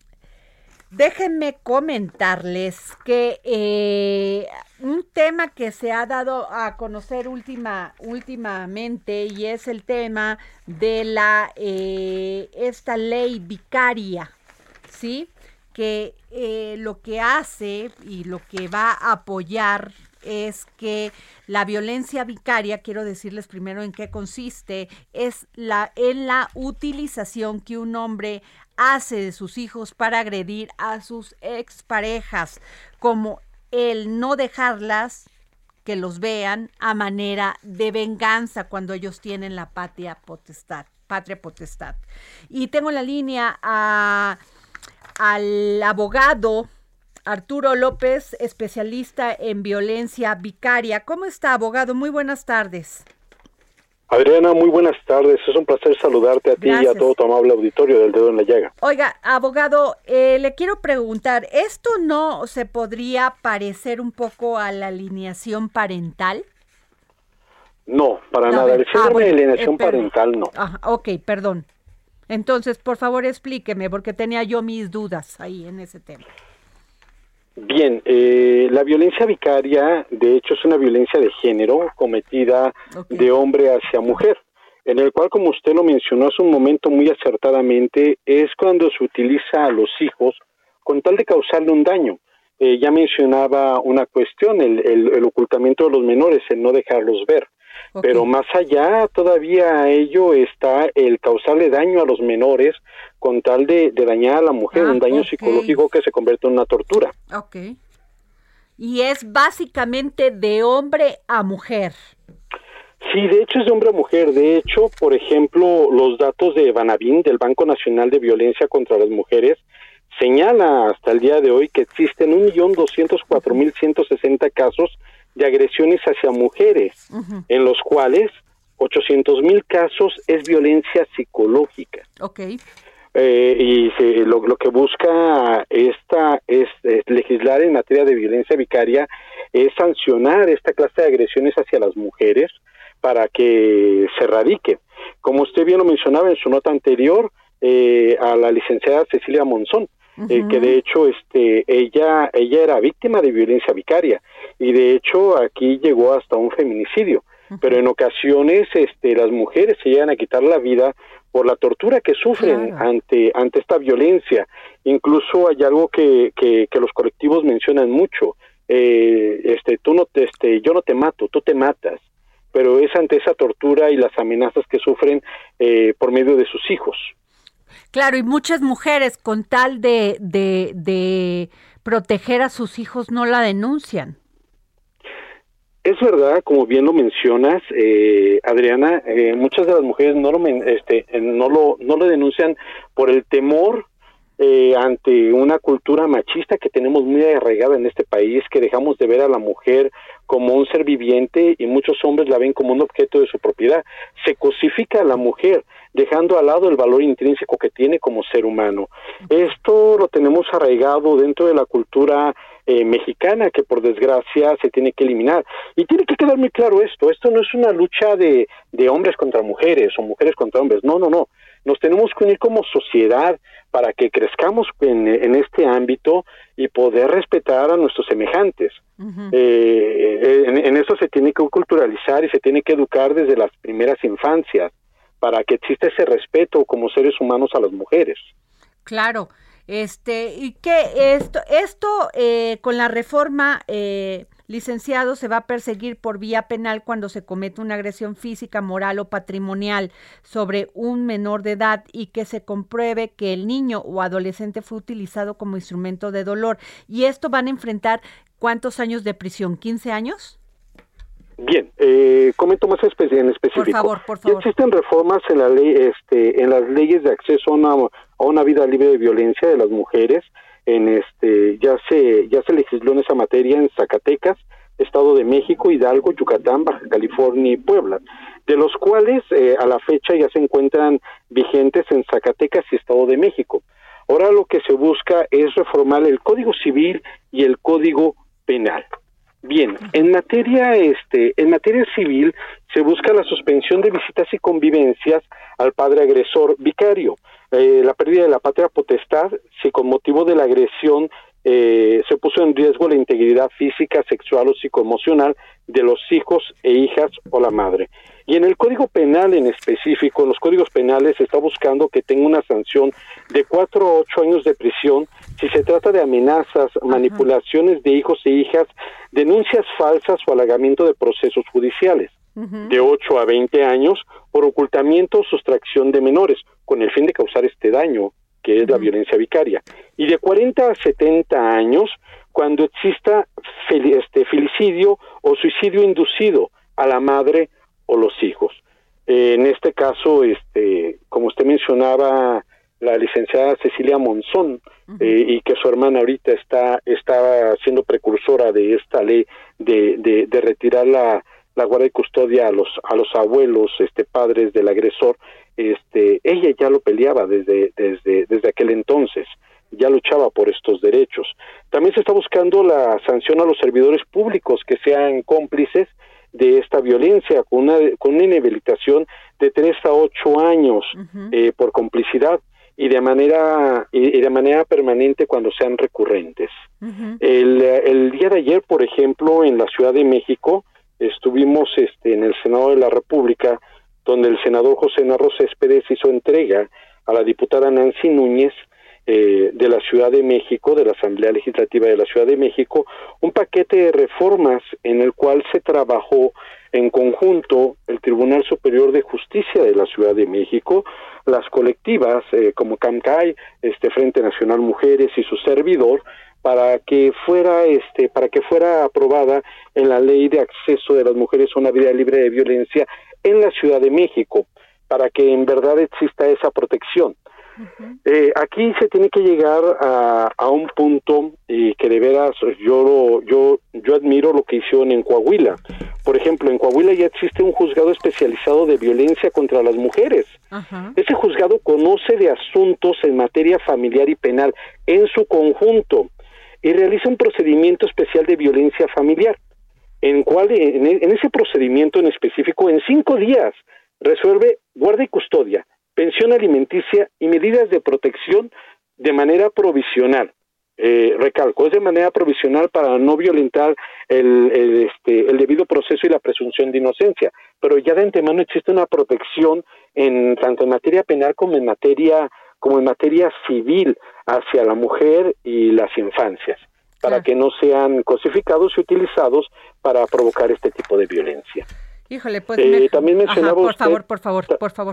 S4: déjenme comentarles que eh, un tema que se ha dado a conocer última, últimamente, y es el tema de la eh, esta ley vicaria, ¿sí?, que eh, lo que hace y lo que va a apoyar es que la violencia vicaria, quiero decirles primero en qué consiste, es la en la utilización que un hombre hace de sus hijos para agredir a sus exparejas, como el no dejarlas que los vean a manera de venganza cuando ellos tienen la patria potestad, patria potestad. Y tengo en la línea a al abogado Arturo López, especialista en violencia vicaria. ¿Cómo está, abogado? Muy buenas tardes.
S16: Adriana, muy buenas tardes. Es un placer saludarte a ti Gracias. Y a todo tu amable auditorio del Dedo en la Llaga.
S4: Oiga, abogado, eh, le quiero preguntar, ¿esto no se podría parecer un poco a la alienación parental?
S16: No, para no, nada. El síndrome ah, bueno, de alienación eh, parental no.
S4: Ah, ok, perdón. Entonces, por favor, explíqueme, porque tenía yo mis dudas ahí en ese tema.
S16: Bien, eh, la violencia vicaria, de hecho, es una violencia de género cometida okay. de hombre hacia mujer, en el cual, como usted lo mencionó hace un momento muy acertadamente, es cuando se utiliza a los hijos con tal de causarle un daño. Eh, ya mencionaba una cuestión, el, el, el ocultamiento de los menores, el no dejarlos ver. Okay. Pero más allá todavía a ello está el causarle daño a los menores con tal de, de dañar a la mujer, ah, un daño okay. psicológico que se convierte en una tortura.
S4: Ok. Y es básicamente de hombre a mujer.
S16: Sí, de hecho es de hombre a mujer. De hecho, por ejemplo, los datos de Banavín, del Banco Nacional de Violencia contra las Mujeres, señala hasta el día de hoy que existen un millón doscientos cuatro mil ciento sesenta casos de agresiones hacia mujeres, uh-huh. en los cuales ochocientos mil casos es violencia psicológica.
S4: Okay.
S16: Eh, y se, lo, lo que busca esta es, es legislar en materia de violencia vicaria es sancionar esta clase de agresiones hacia las mujeres para que se erradique. Como usted bien lo mencionaba en su nota anterior, eh, a la licenciada Cecilia Monzón, Uh-huh. Eh, que de hecho este ella ella era víctima de violencia vicaria y de hecho aquí llegó hasta un feminicidio, uh-huh. pero en ocasiones este las mujeres se llegan a quitar la vida por la tortura que sufren claro. ante ante esta violencia. Incluso hay algo que que, que los colectivos mencionan mucho, eh, este tú no te, este yo no te mato, tú te matas, pero es ante esa tortura y las amenazas que sufren eh, por medio de sus hijos.
S4: Claro, y muchas mujeres con tal de, de, de proteger a sus hijos no la denuncian.
S16: es verdad, como bien lo mencionas, eh, Adriana, eh, muchas de las mujeres no lo, este, no lo, no lo denuncian por el temor eh, ante una cultura machista que tenemos muy arraigada en este país, que dejamos de ver a la mujer como un ser viviente y muchos hombres la ven como un objeto de su propiedad. Se cosifica a la mujer, dejando al lado el valor intrínseco que tiene como ser humano. Esto lo tenemos arraigado dentro de la cultura eh, mexicana, que por desgracia se tiene que eliminar. Y tiene que quedar muy claro esto, esto no es una lucha de, de hombres contra mujeres o mujeres contra hombres, no, no, no. Nos tenemos que unir como sociedad para que crezcamos en, en este ámbito y poder respetar a nuestros semejantes. Uh-huh. Eh, en, en eso se tiene que culturalizar y se tiene que educar desde las primeras infancias para que exista ese respeto como seres humanos a las mujeres.
S4: Claro, este, y que esto, esto eh, con la reforma, eh, licenciado, se va a perseguir por vía penal cuando se comete una agresión física, moral o patrimonial sobre un menor de edad y que se compruebe que el niño o adolescente fue utilizado como instrumento de dolor. Y esto van a enfrentar ¿cuántos años de prisión? ¿quince años?
S16: Bien, eh, comento más espe- en específico.
S4: Por favor, por favor.
S16: Ya existen reformas en la ley, este, en las leyes de acceso a una, a una vida libre de violencia de las mujeres. En este, ya se, ya se legisló en esa materia en Zacatecas, Estado de México, Hidalgo, Yucatán, Baja California y Puebla, de los cuales eh, a la fecha ya se encuentran vigentes en Zacatecas y Estado de México. Ahora lo que se busca es reformar el Código Civil y el Código Penal. Bien, en materia este, en materia civil se busca la suspensión de visitas y convivencias al padre agresor vicario, eh, la pérdida de la patria potestad si con motivo de la agresión eh, se puso en riesgo la integridad física, sexual o psicoemocional de los hijos e hijas o la madre. Y en el Código Penal en específico, en los códigos penales se está buscando que tenga una sanción de cuatro a ocho años de prisión si se trata de amenazas, uh-huh. manipulaciones de hijos e hijas, denuncias falsas o halagamiento de procesos judiciales. Uh-huh. De ocho a veinte años por ocultamiento o sustracción de menores, con el fin de causar este daño, que es uh-huh. la violencia vicaria. Y de cuarenta a setenta años, cuando exista fel- este, felicidio o suicidio inducido a la madre o los hijos. Eh, en este caso, este, como usted mencionaba, la licenciada Cecilia Monzón, uh-huh. eh, y que su hermana ahorita está, está siendo precursora de esta ley de, de, de retirar la, la guardia y custodia a los, a los abuelos, este, padres del agresor, este, ella ya lo peleaba desde, desde, desde aquel entonces, ya luchaba por estos derechos. También se está buscando la sanción a los servidores públicos que sean cómplices de esta violencia, con una, con una inhabilitación de tres a ocho años uh-huh. eh, por complicidad y de manera y, y de manera permanente cuando sean recurrentes. Uh-huh. El, el día de ayer, por ejemplo, en la Ciudad de México, estuvimos este, en el Senado de la República, donde el senador José Narro Céspedes hizo entrega a la diputada Nancy Núñez eh, de la Ciudad de México, de la Asamblea Legislativa de la Ciudad de México, un paquete de reformas en el cual se trabajó en conjunto el Tribunal Superior de Justicia de la Ciudad de México, las colectivas eh, como CAMCAI, este Frente Nacional Mujeres y su servidor, para que fuera este para que fuera aprobada en la Ley de Acceso de las Mujeres a una vida libre de violencia en la Ciudad de México, para que en verdad exista esa protección. Uh-huh. Eh, aquí se tiene que llegar a, a un punto eh, que de veras yo, yo, yo admiro lo que hicieron en Coahuila. Por ejemplo, en Coahuila ya existe un juzgado especializado de violencia contra las mujeres. Uh-huh. Ese juzgado conoce de asuntos en materia familiar y penal en su conjunto y realiza un procedimiento especial de violencia familiar, en cual en, en ese procedimiento en específico, en cinco días, resuelve guardia y custodia, pensión alimenticia y medidas de protección de manera provisional. Eh, recalco, es de manera provisional para no violentar el, el, este, el debido proceso y la presunción de inocencia, pero ya de antemano existe una protección en tanto en materia penal como en materia como en materia civil hacia la mujer y las infancias, para ah. que no sean cosificados y utilizados para provocar este tipo de violencia.
S4: Híjole, pues
S16: eh,
S4: me...
S16: también mencionaba
S4: Ajá, por
S16: usted,
S4: favor, por favor, por favor.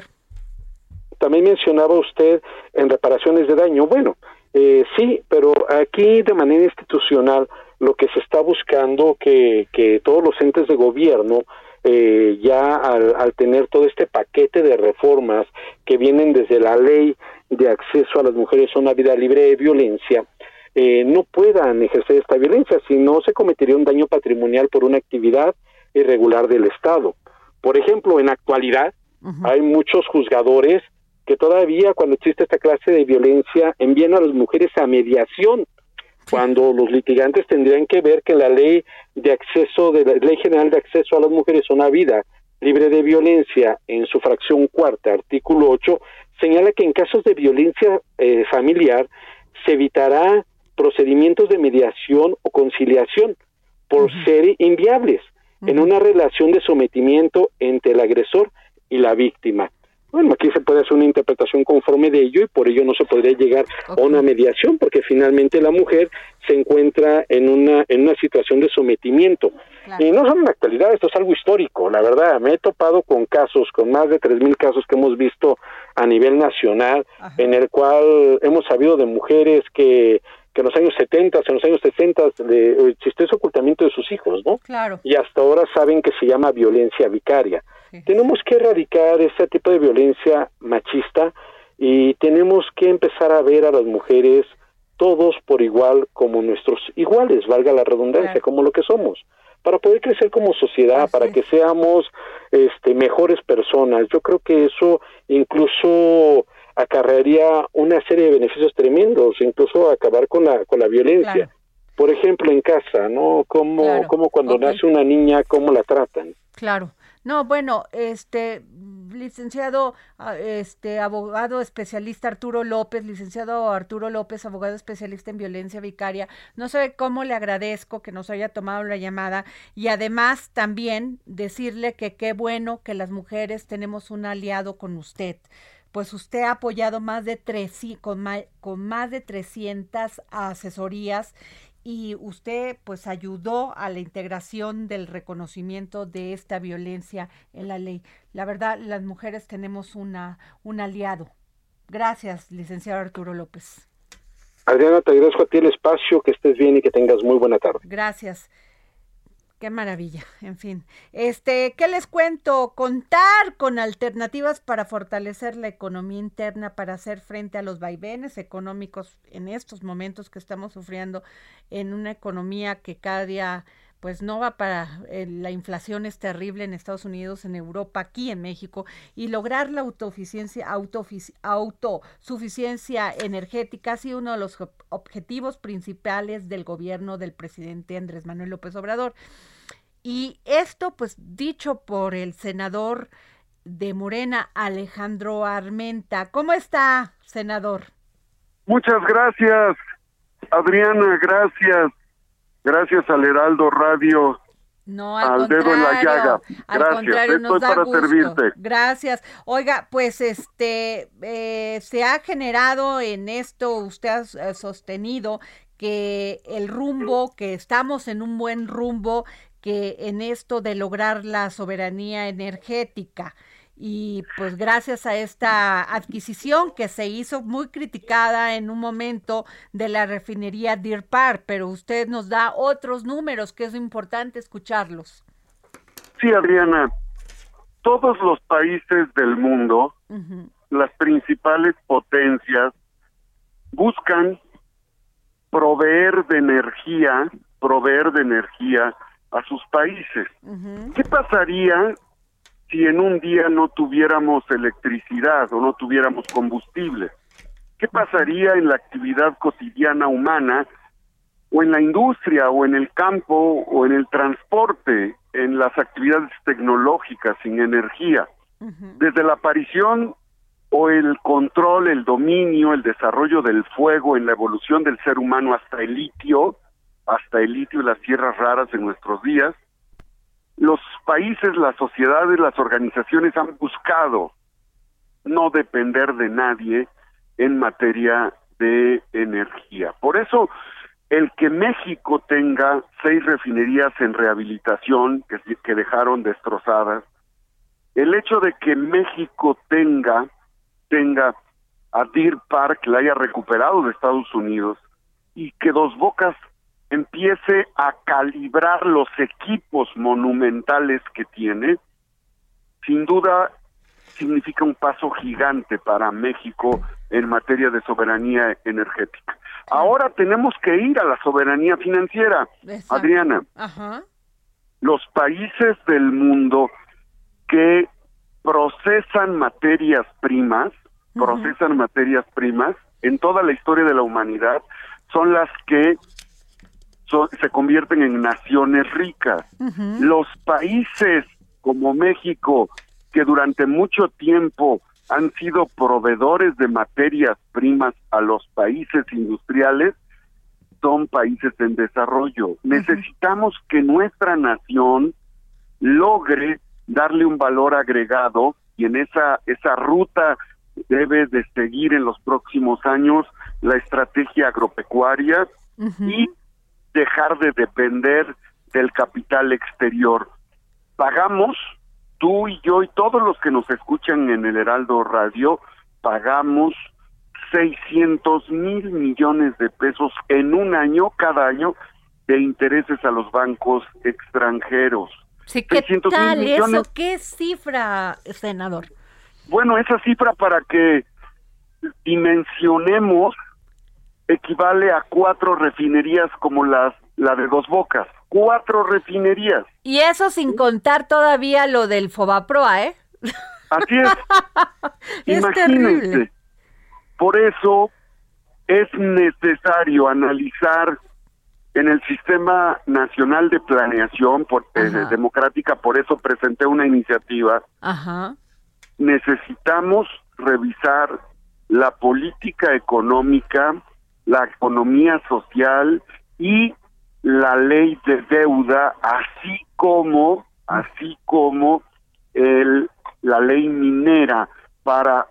S16: También mencionaba usted en reparaciones de daño. Bueno, eh, sí, pero aquí de manera institucional lo que se está buscando que, que todos los entes de gobierno eh, ya al, al tener todo este paquete de reformas que vienen desde la ley de acceso a las mujeres a una vida libre de violencia, eh, no puedan ejercer esta violencia, si no se cometería un daño patrimonial por una actividad irregular del Estado. Por ejemplo, en la actualidad uh-huh. hay muchos juzgadores que todavía cuando existe esta clase de violencia envían a las mujeres a mediación, cuando los litigantes tendrían que ver que la ley de acceso, de la Ley General de Acceso a las Mujeres a una Vida Libre de Violencia, en su fracción cuarta, artículo ocho, señala que en casos de violencia eh, familiar se evitará procedimientos de mediación o conciliación por uh-huh. ser inviables uh-huh. en una relación de sometimiento entre el agresor y la víctima. Bueno, aquí se puede hacer una interpretación conforme de ello y por ello no se podría llegar okay. a una mediación, porque finalmente la mujer se encuentra en una en una situación de sometimiento. Claro. Y no solo en la actualidad, esto es algo histórico, la verdad. Me he topado con casos, con más de tres mil casos que hemos visto a nivel nacional, Ajá. en el cual hemos sabido de mujeres que que en los años setenta, en los años sesenta de, existió ese ocultamiento de sus hijos, ¿no?
S4: Claro.
S16: Y hasta ahora saben que se llama violencia vicaria. Sí. Tenemos que erradicar ese tipo de violencia machista y tenemos que empezar a ver a las mujeres todos por igual como nuestros iguales, valga la redundancia, claro. como lo que somos, para poder crecer como sociedad, Así para es. que seamos este, mejores personas. Yo creo que eso incluso acarrearía una serie de beneficios tremendos, incluso acabar con la con la violencia. Claro. Por ejemplo, en casa, ¿no? Como claro. como cuando okay. nace una niña, cómo la tratan.
S4: Claro. No, bueno, este licenciado, este abogado especialista Arturo López, licenciado Arturo López, abogado especialista en violencia vicaria, no sé cómo le agradezco que nos haya tomado la llamada y además también decirle que qué bueno que las mujeres tenemos un aliado con usted. Pues usted ha apoyado más de tres, con más, con más de trescientas asesorías y usted pues ayudó a la integración del reconocimiento de esta violencia en la ley. La verdad, las mujeres tenemos una un aliado. Gracias, licenciado Arturo López.
S16: Adriana, te agradezco a ti el espacio, que estés bien y que tengas muy buena tarde.
S4: Gracias. Qué maravilla, en fin. Este, ¿qué les cuento? Contar con alternativas para fortalecer la economía interna, para hacer frente a los vaivenes económicos en estos momentos que estamos sufriendo en una economía que cada día pues no va para, eh, la inflación es terrible en Estados Unidos, en Europa, aquí en México, y lograr la autosuficiencia, autofici, autosuficiencia energética ha sido uno de los objetivos principales del gobierno del presidente Andrés Manuel López Obrador. Y esto, pues, dicho por el senador de Morena, Alejandro Armenta. ¿Cómo está, senador?
S17: Muchas gracias, Adriana, gracias. Gracias al Heraldo Radio,
S4: no, al,
S17: al dedo en la llaga.
S4: Al
S17: gracias,
S4: contrario,
S17: estoy
S4: nos da
S17: para
S4: gusto.
S17: servirte.
S4: Gracias. Oiga, pues este eh, se ha generado en esto, usted ha eh, sostenido que el rumbo, que estamos en un buen rumbo, que en esto de lograr la soberanía energética. Y pues gracias a esta adquisición que se hizo muy criticada en un momento de la refinería Deer Park, pero usted nos da otros números que es importante escucharlos.
S17: Sí, Adriana, todos los países del mundo, uh-huh. las principales potencias, buscan proveer de energía, proveer de energía a sus países. Uh-huh. ¿Qué pasaría si en un día no tuviéramos electricidad o no tuviéramos combustible? ¿Qué pasaría en la actividad cotidiana humana o en la industria o en el campo o en el transporte, en las actividades tecnológicas sin energía? Uh-huh. Desde la aparición o el control, el dominio, el desarrollo del fuego en la evolución del ser humano hasta el litio, hasta el litio y las tierras raras en nuestros días, los países, las sociedades, las organizaciones han buscado no depender de nadie en materia de energía. Por eso, el que México tenga seis refinerías en rehabilitación que, que dejaron destrozadas, el hecho de que México tenga, tenga a Deer Park, la haya recuperado de Estados Unidos, y que Dos Bocas empiece a calibrar los equipos monumentales que tiene, sin duda significa un paso gigante para México en materia de soberanía energética. Ahora tenemos que ir a la soberanía financiera. Exacto. Adriana. Ajá. Los países del mundo que procesan materias primas, uh-huh. procesan materias primas en toda la historia de la humanidad, son las que so, se convierten en naciones ricas. Uh-huh. Los países como México, que durante mucho tiempo han sido proveedores de materias primas a los países industriales, son países en desarrollo. Uh-huh. Necesitamos que nuestra nación logre darle un valor agregado, y en esa esa ruta debe de seguir en los próximos años la estrategia agropecuaria uh-huh. y dejar de depender del capital exterior. Pagamos, tú y yo y todos los que nos escuchan en el Heraldo Radio, pagamos seiscientos mil millones de pesos en un año, cada año, de intereses a los bancos extranjeros.
S4: Sí, ¿qué tal eso? ¿Qué cifra, senador?
S17: Bueno, esa cifra, para que dimensionemos, equivale a cuatro refinerías como las la de Dos Bocas. Cuatro refinerías.
S4: Y eso sin contar todavía lo del Fobaproa, ¿eh?
S17: Así es.
S4: Es
S17: Imagínense.
S4: terrible.
S17: Por eso es necesario analizar en el Sistema Nacional de Planeación por, eh, Democrática, por eso presenté una iniciativa.
S4: Ajá.
S17: Necesitamos revisar la política económica, la economía social y la ley de deuda, así como, así como el la ley minera, para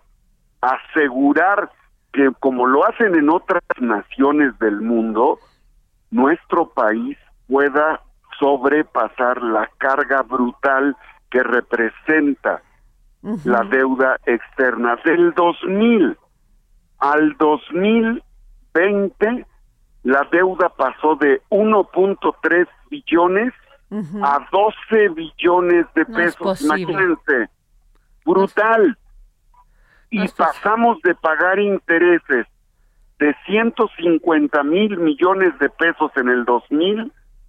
S17: asegurar que, como lo hacen en otras naciones del mundo, nuestro país pueda sobrepasar la carga brutal que representa uh-huh. la deuda externa. Del dos mil al dos mil veinte, la deuda pasó de uno punto tres billones uh-huh. a doce billones de
S4: no
S17: pesos. Imagínense, brutal. Y no pasamos de pagar intereses de ciento cincuenta mil millones de pesos en el dos mil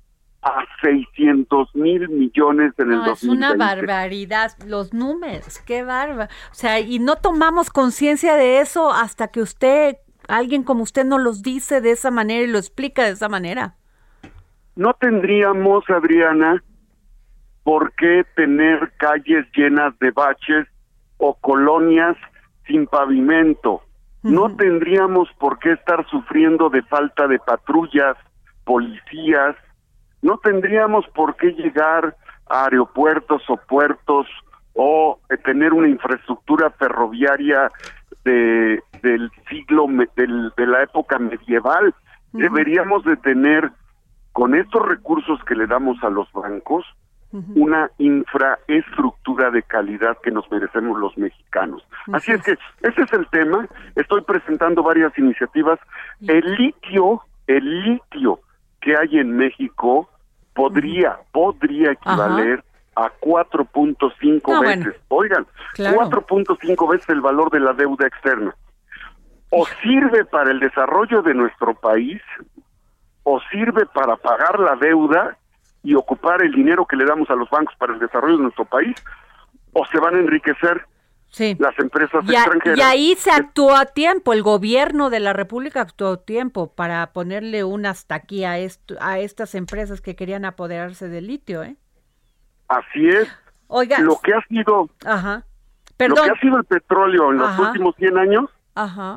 S17: a seiscientos mil millones en el
S4: no,
S17: dos mil veinte.
S4: Es una barbaridad, los números, qué bárbaro. O sea, y no tomamos conciencia de eso hasta que usted, alguien como usted nos los dice de esa manera y lo explica de esa manera.
S17: No tendríamos, Adriana, por qué tener calles llenas de baches o colonias sin pavimento. No uh-huh. tendríamos por qué estar sufriendo de falta de patrullas, policías. No tendríamos por qué llegar a aeropuertos o puertos o eh, tener una infraestructura ferroviaria de del siglo del, de la época medieval. Uh-huh. Deberíamos de tener, con estos recursos que le damos a los bancos, uh-huh. una infraestructura de calidad que nos merecemos los mexicanos. Uh-huh. Así es que ese es el tema. Estoy presentando varias iniciativas. Uh-huh. El litio, el litio que hay en México podría, uh-huh. podría equivaler uh-huh. a cuatro punto cinco no, veces. Bueno. Oigan, claro. cuatro punto cinco veces el valor de la deuda externa. O sirve para el desarrollo de nuestro país, o sirve para pagar la deuda y ocupar el dinero que le damos a los bancos para el desarrollo de nuestro país, o se van a enriquecer sí. las empresas
S4: y a,
S17: extranjeras.
S4: Y ahí se actuó a tiempo, el gobierno de la República actuó a tiempo para ponerle un hasta aquí a, esto, a estas empresas que querían apoderarse del litio, ¿eh?
S17: Así es.
S4: Oiga,
S17: lo que ha sido,
S4: ajá. Perdón.
S17: lo que ha sido el petróleo en los
S4: ajá.
S17: últimos cien años,
S4: ajá.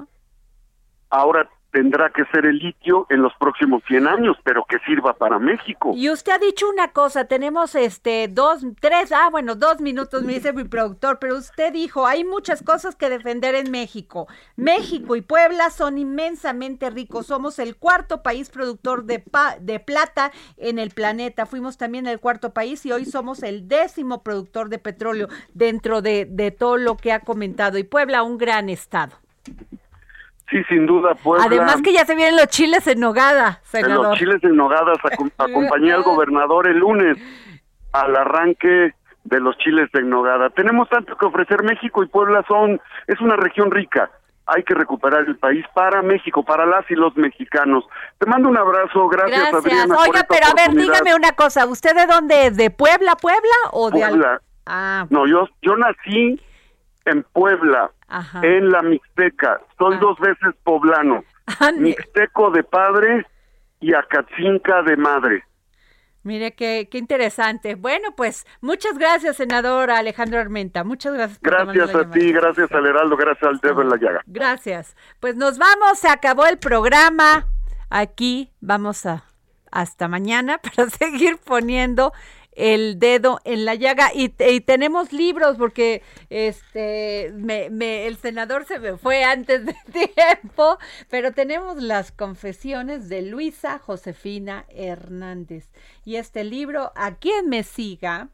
S17: ahora tendrá que ser el litio en los próximos cien años, pero que sirva para México.
S4: Y usted ha dicho una cosa, tenemos este dos, tres, ah, bueno, dos minutos, me dice mi productor, pero usted dijo, hay muchas cosas que defender en México. México y Puebla son inmensamente ricos, somos el cuarto país productor de, pa- de plata en el planeta, fuimos también el cuarto país y hoy somos el décimo productor de petróleo dentro de, de todo lo que ha comentado, y Puebla un gran estado.
S17: Sí, sin duda, Puebla.
S4: Además que ya se vienen los chiles en nogada, senador.
S17: Los chiles en nogada, acom- acompañé al gobernador el lunes al arranque de los chiles en nogada. Tenemos tanto que ofrecer. México y Puebla son, es una región rica. Hay que recuperar el país para México, para las y los mexicanos. Te mando un abrazo, gracias,
S4: Gracias.
S17: Adriana.
S4: Oiga,
S17: por
S4: pero
S17: esta
S4: a ver,
S17: oportunidad.
S4: dígame una cosa, ¿usted de dónde es? ¿De Puebla, Puebla o de
S17: Puebla.
S4: Al... Ah,
S17: No, yo, yo nací en Puebla,
S4: ajá.
S17: en la Mixteca. Soy
S4: Ah.
S17: dos veces poblano.
S4: Ande.
S17: Mixteco de padre y Acatzinca de madre.
S4: Mire qué, qué interesante. Bueno, pues muchas gracias, senador Alejandro Armenta. Muchas gracias. Por
S17: Gracias
S4: tomarnos la
S17: a ti,
S4: llamada.
S17: gracias al Heraldo, gracias al Dedo en la Llaga.
S4: Gracias. Pues nos vamos, se acabó el programa. Aquí vamos a hasta mañana para seguir poniendo el dedo en la llaga y, y tenemos libros porque este me, me, el senador se me fue antes de tiempo, pero tenemos las confesiones de Luisa Josefina Hernández y este libro, a quien me siga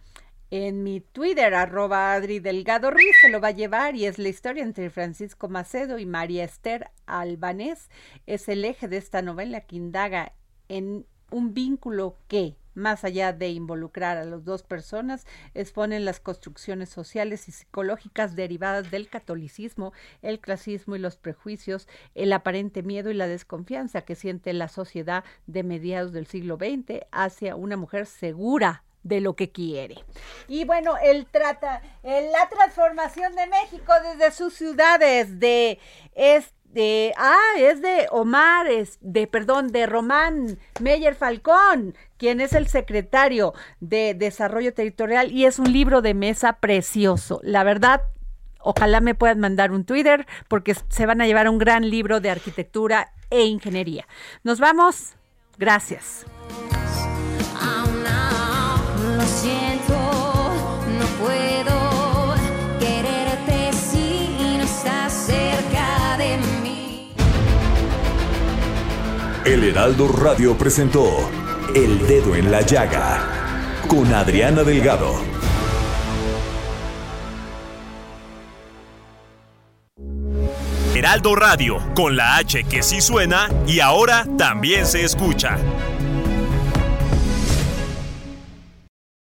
S4: en mi Twitter, arroba Adri Delgado Ruiz, se lo va a llevar y es la historia entre Francisco Macedo y María Esther Albanés. Es el eje de esta novela que indaga en un vínculo que, más allá de involucrar a las dos personas, exponen las construcciones sociales y psicológicas derivadas del catolicismo, el clasismo y los prejuicios, el aparente miedo y la desconfianza que siente la sociedad de mediados del siglo veinte hacia una mujer segura de lo que quiere. Y bueno, él trata en la transformación de México desde sus ciudades, de este, ah, es de Omar, es de, perdón, de Román Meyer Falcón, quien es el secretario de Desarrollo Territorial, y es un libro de mesa precioso. La verdad, ojalá me puedan mandar un Twitter, porque se van a llevar un gran libro de arquitectura e ingeniería. Nos vamos. Gracias.
S3: Lo siento, no puedo quererte si no estás cerca de mí.
S2: El Heraldo Radio presentó El Dedo en la Llaga con Adriana Delgado.
S9: Heraldo Radio, con la H que sí suena y ahora también se escucha.